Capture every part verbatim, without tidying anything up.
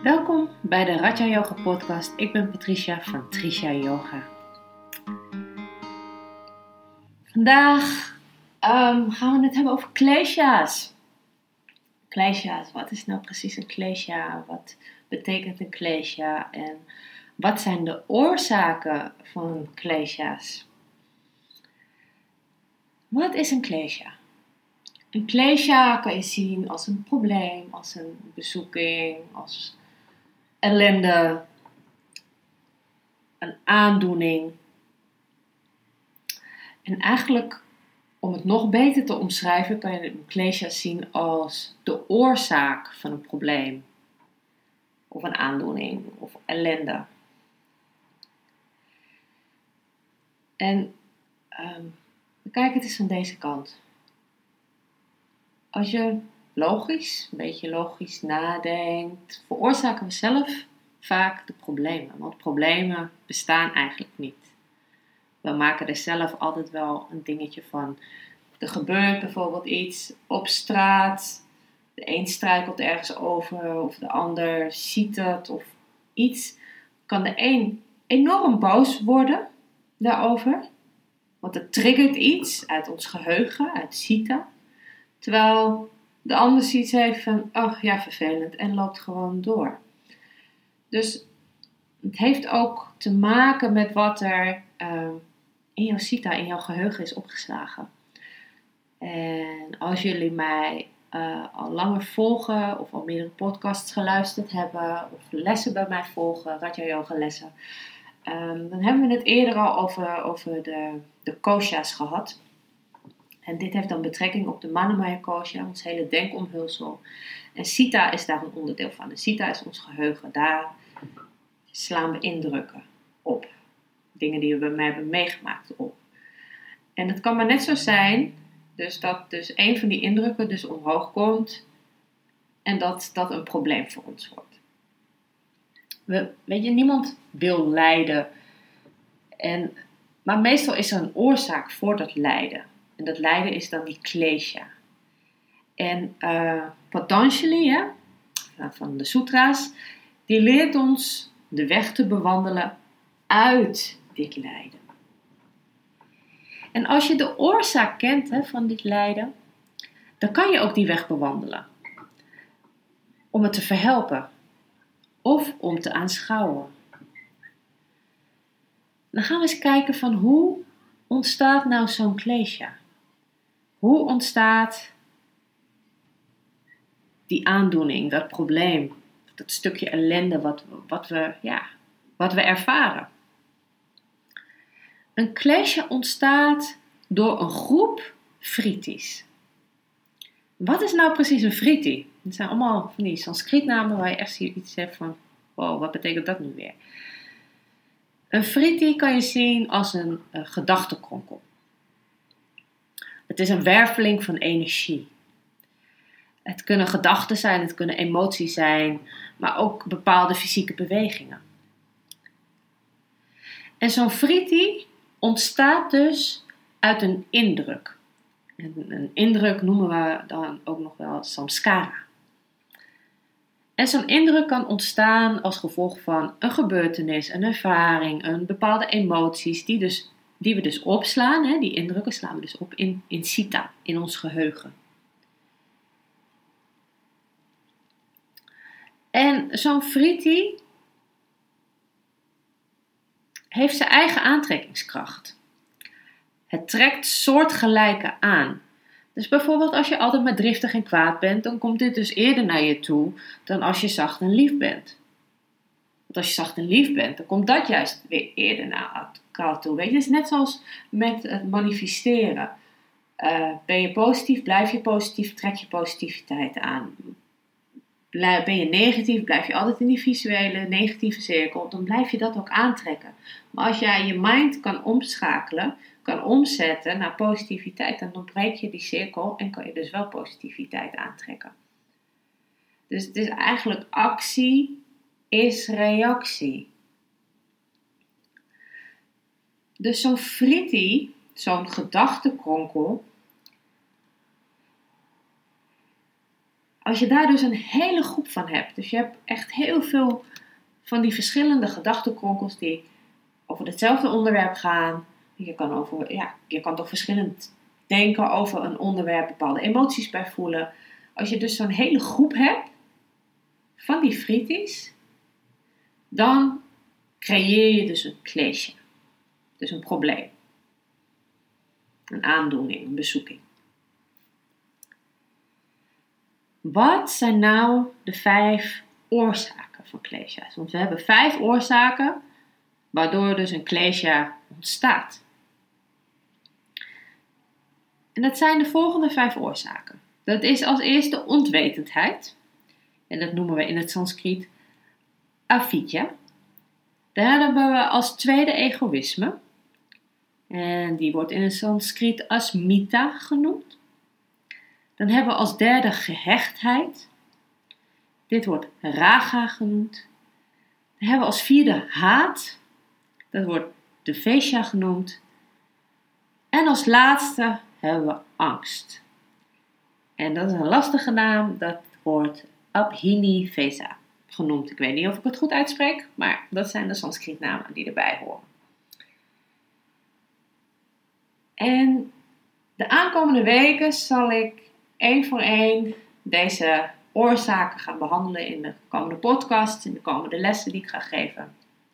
Welkom bij de Raja Yoga podcast. Ik ben Patricia van Trisha Yoga. Vandaag um, gaan we het hebben over klesha's. Klesha's, wat is nou precies een klesha? Wat betekent een klesha? En wat zijn de oorzaken van klesha's? Wat is een klesha? Een klesha kan je zien als een probleem, als een bezoeking, als ellende, een aandoening. En eigenlijk, om het nog beter te omschrijven, kan je een klesha zien als de oorzaak van een probleem. Of een aandoening, of ellende. En um, kijk het eens van deze kant. Als je logisch, een beetje logisch nadenkt, veroorzaken we zelf vaak de problemen. Want problemen bestaan eigenlijk niet. We maken er zelf altijd wel een dingetje van. Er gebeurt bijvoorbeeld iets op straat. De een struikelt ergens over of de ander ziet het of iets. Kan de een enorm boos worden daarover. Want het triggert iets uit ons geheugen, uit Sita. Terwijl de ander zoiets heeft van, oh ja, vervelend, en loopt gewoon door. Dus het heeft ook te maken met wat er uh, in jouw Sita, in jouw geheugen is opgeslagen. En als jullie mij uh, al langer volgen, of al meerdere podcasts geluisterd hebben, of lessen bij mij volgen, Raja Yoga lessen, um, dan hebben we het eerder al over, over de, de kosha's gehad. En dit heeft dan betrekking op de Manomaya kosha, ons hele denkomhulsel. En Sita is daar een onderdeel van. En Sita is ons geheugen. Daar slaan we indrukken op. Dingen die we bij mij hebben meegemaakt op. En het kan maar net zo zijn, dus dat dus een van die indrukken dus omhoog komt. En dat dat een probleem voor ons wordt. We, weet je, niemand wil lijden. En, maar meestal is er een oorzaak voor dat lijden. En dat lijden is dan die klesha. En uh, Patanjali, hè, van de sutra's, die leert ons de weg te bewandelen uit dit lijden. En als je de oorzaak kent, hè, van dit lijden, dan kan je ook die weg bewandelen. Om het te verhelpen. Of om te aanschouwen. Dan gaan we eens kijken van hoe ontstaat nou zo'n klesha? Hoe ontstaat die aandoening, dat probleem, dat stukje ellende wat, wat, we, ja, wat we ervaren? Een klesha ontstaat door een groep vritis. Wat is nou precies een vriti? Het zijn allemaal van die Sanskrietnamen waar je echt iets hebt van, wow, wat betekent dat nu weer? Een vriti kan je zien als een, een gedachtenkronkel. Het is een werveling van energie. Het kunnen gedachten zijn, het kunnen emoties zijn, maar ook bepaalde fysieke bewegingen. En zo'n vritti ontstaat dus uit een indruk. En een indruk noemen we dan ook nog wel samskara. En zo'n indruk kan ontstaan als gevolg van een gebeurtenis, een ervaring, een bepaalde emoties die dus Die we dus opslaan, hè, die indrukken slaan we dus op in, in Sita, in ons geheugen. En zo'n vritti heeft zijn eigen aantrekkingskracht. Het trekt soortgelijke aan. Dus bijvoorbeeld als je altijd maar driftig en kwaad bent, dan komt dit dus eerder naar je toe dan als je zacht en lief bent. Want als je zacht en lief bent, dan komt dat juist weer eerder naar elkaar toe. Weet je, het is net zoals met het manifesteren. Uh, ben je positief, blijf je positief, trek je positiviteit aan. Blijf, ben je negatief, blijf je altijd in die visuele negatieve cirkel, dan blijf je dat ook aantrekken. Maar als jij je mind kan omschakelen, kan omzetten naar positiviteit, dan breek je die cirkel en kan je dus wel positiviteit aantrekken. Dus het is eigenlijk actie is reactie. Dus zo'n vritti, zo'n gedachtenkronkel, als je daar dus een hele groep van hebt, dus je hebt echt heel veel van die verschillende gedachtenkronkels die over hetzelfde onderwerp gaan. Je kan, over, ja, je kan toch verschillend denken over een onderwerp, bepaalde emoties bij voelen. Als je dus zo'n hele groep hebt van die vrities, dan creëer je dus een klesje. Dus een probleem. Een aandoening, een bezoeking. Wat zijn nou de vijf oorzaken van klesja's? Want we hebben vijf oorzaken waardoor dus een klesja ontstaat. En dat zijn de volgende vijf oorzaken. Dat is als eerste onwetendheid. En dat noemen we in het Sanskriet avidya. Daar hebben we als tweede egoïsme. En die wordt in het Sanskriet asmita genoemd. Dan hebben we als derde gehechtheid. Dit wordt raga genoemd. Dan hebben we als vierde haat. Dat wordt dvesha genoemd. En als laatste hebben we angst. En dat is een lastige naam. Dat wordt abhinivesa genoemd. Ik weet niet of ik het goed uitspreek. Maar dat zijn de Sanskriet namen die erbij horen. En de aankomende weken zal ik één voor één deze oorzaken gaan behandelen in de komende podcast, in de komende lessen die ik ga geven.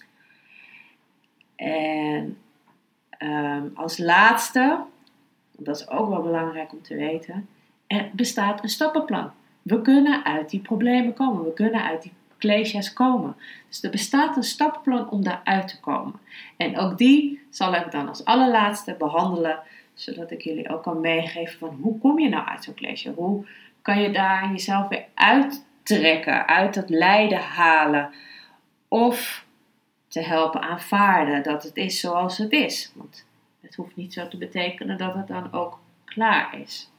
En um, als laatste, dat is ook wel belangrijk om te weten, er bestaat een stappenplan. We kunnen uit die problemen komen, we kunnen uit die klesja's komen. Dus er bestaat een stappenplan om daaruit te komen. En ook die zal ik dan als allerlaatste behandelen, zodat ik jullie ook kan meegeven van hoe kom je nou uit zo'n klesje? Hoe kan je daar jezelf weer uittrekken, uit dat lijden halen? Of te helpen aanvaarden dat het is zoals het is. Want het hoeft niet zo te betekenen dat het dan ook klaar is.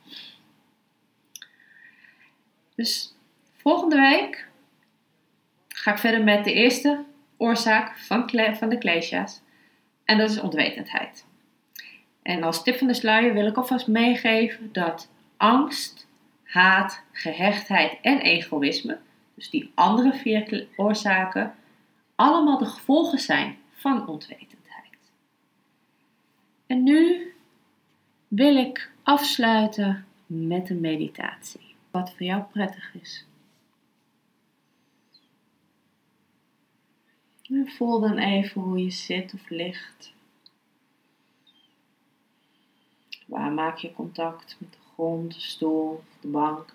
Dus volgende week ga ik verder met de eerste oorzaak van, van de klesja's. En dat is onwetendheid. En als tip van de sluier wil ik alvast meegeven dat angst, haat, gehechtheid en egoïsme, dus die andere vier oorzaken, allemaal de gevolgen zijn van onwetendheid. En nu wil ik afsluiten met een meditatie, wat voor jou prettig is. En voel dan even hoe je zit of ligt. Waar maak je contact met de grond, de stoel of de bank?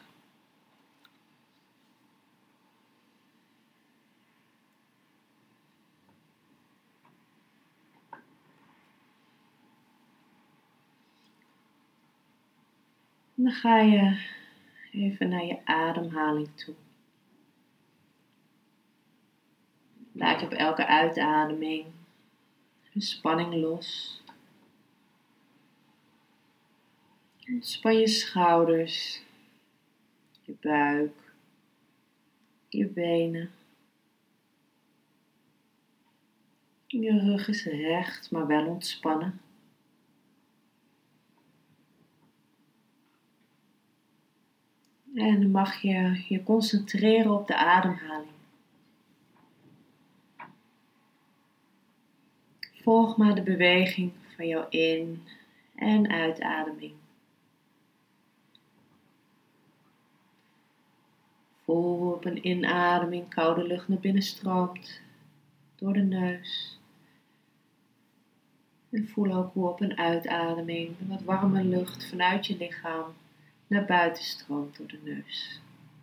En dan ga je even naar je ademhaling toe. Laat je op elke uitademing de spanning los. Span je schouders, je buik, je benen. Je rug is recht, maar wel ontspannen. En dan mag je je concentreren op de ademhaling. Volg maar de beweging van jouw in- en uitademing. Voel hoe op een inademing koude lucht naar binnen stroomt door de neus. En voel ook hoe op een uitademing wat warme lucht vanuit je lichaam naar buiten stroomt door de neus.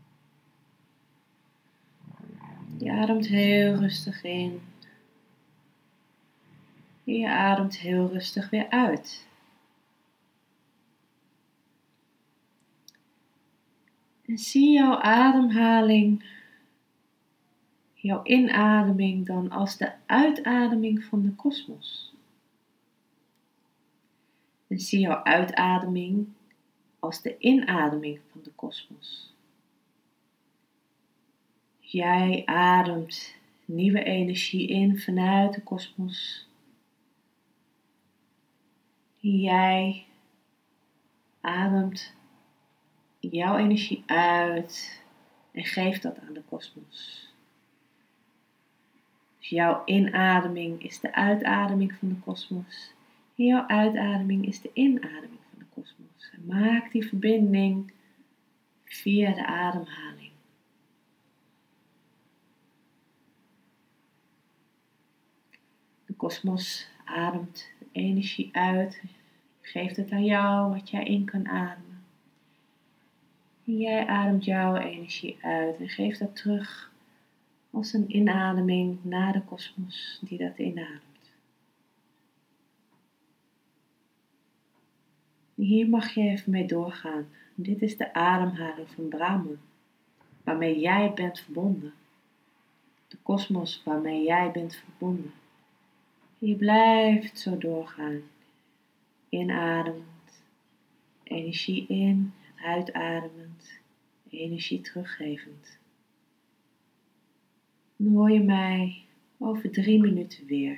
Je ademt heel rustig in. En je ademt heel rustig weer uit. En zie jouw ademhaling, jouw inademing dan als de uitademing van de kosmos. En zie jouw uitademing als de inademing van de kosmos. Jij ademt nieuwe energie in vanuit de kosmos. Jij ademt jouw energie uit En geef dat aan de kosmos. Dus jouw inademing is de uitademing van de kosmos. En jouw uitademing is de inademing van de kosmos. En maak die verbinding via de ademhaling. De kosmos ademt de energie uit. Geeft het aan jou wat jij in kan ademen. En jij ademt jouw energie uit en geeft dat terug als een inademing naar de kosmos die dat inademt. Hier mag je even mee doorgaan. Dit is de ademhaling van Brahman, waarmee jij bent verbonden. De kosmos waarmee jij bent verbonden. Je blijft zo doorgaan. Inademend, energie in, uitademend, energie teruggevend. Dan hoor je mij over drie minuten weer.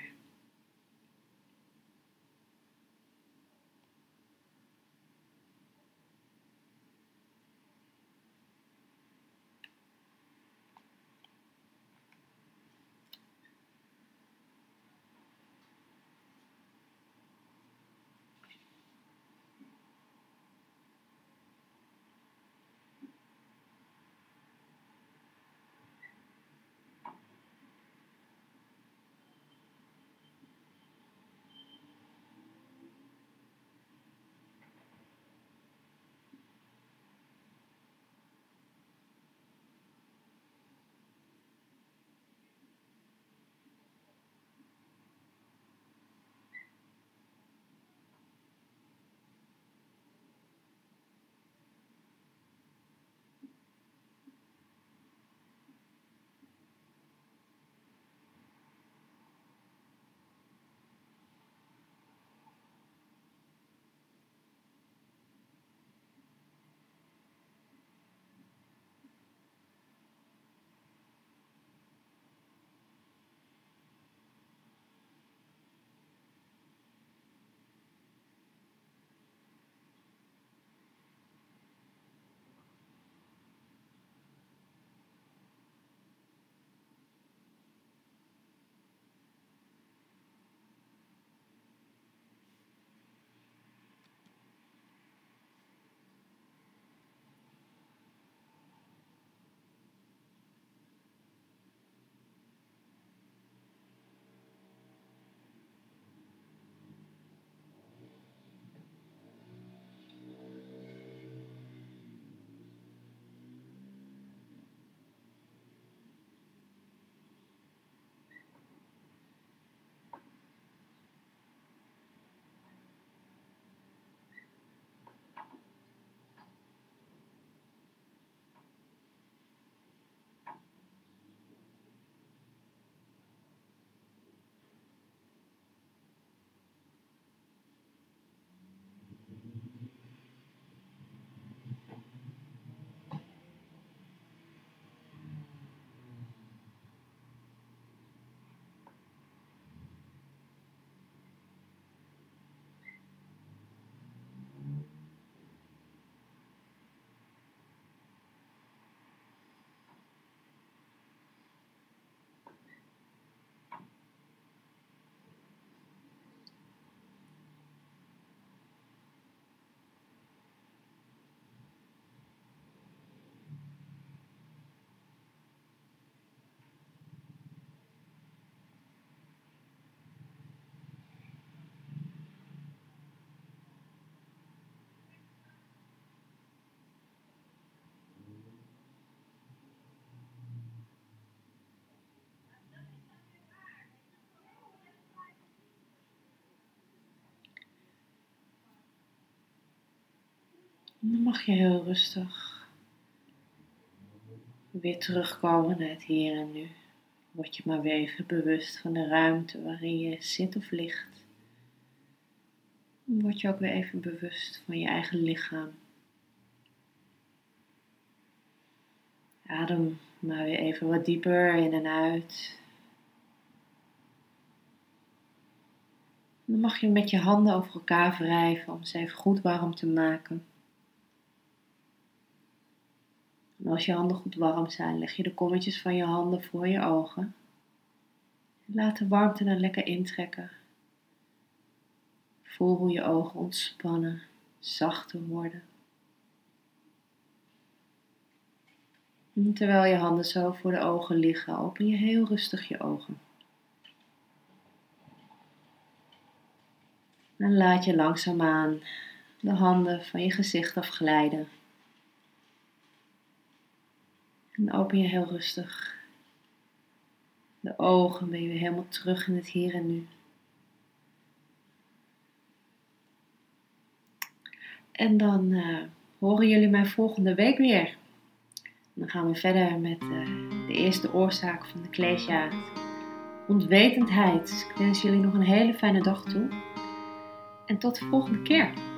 Dan mag je heel rustig weer terugkomen naar het hier en nu. Word je maar weer even bewust van de ruimte waarin je zit of ligt. Dan word je ook weer even bewust van je eigen lichaam. Adem maar weer even wat dieper in en uit. Dan mag je met je handen over elkaar wrijven om ze even goed warm te maken. En als je handen goed warm zijn, leg je de kommetjes van je handen voor je ogen. En laat de warmte dan lekker intrekken. Voel hoe je ogen ontspannen, zachter worden. En terwijl je handen zo voor de ogen liggen, open je heel rustig je ogen. En laat je langzaamaan de handen van je gezicht afglijden. En open je heel rustig de ogen, ben je weer helemaal terug in het hier en nu. En dan uh, horen jullie mij volgende week weer. Dan gaan we verder met uh, de eerste oorzaak van de kleesjaar, ontwetendheid. Dus ik wens jullie nog een hele fijne dag toe. En tot de volgende keer.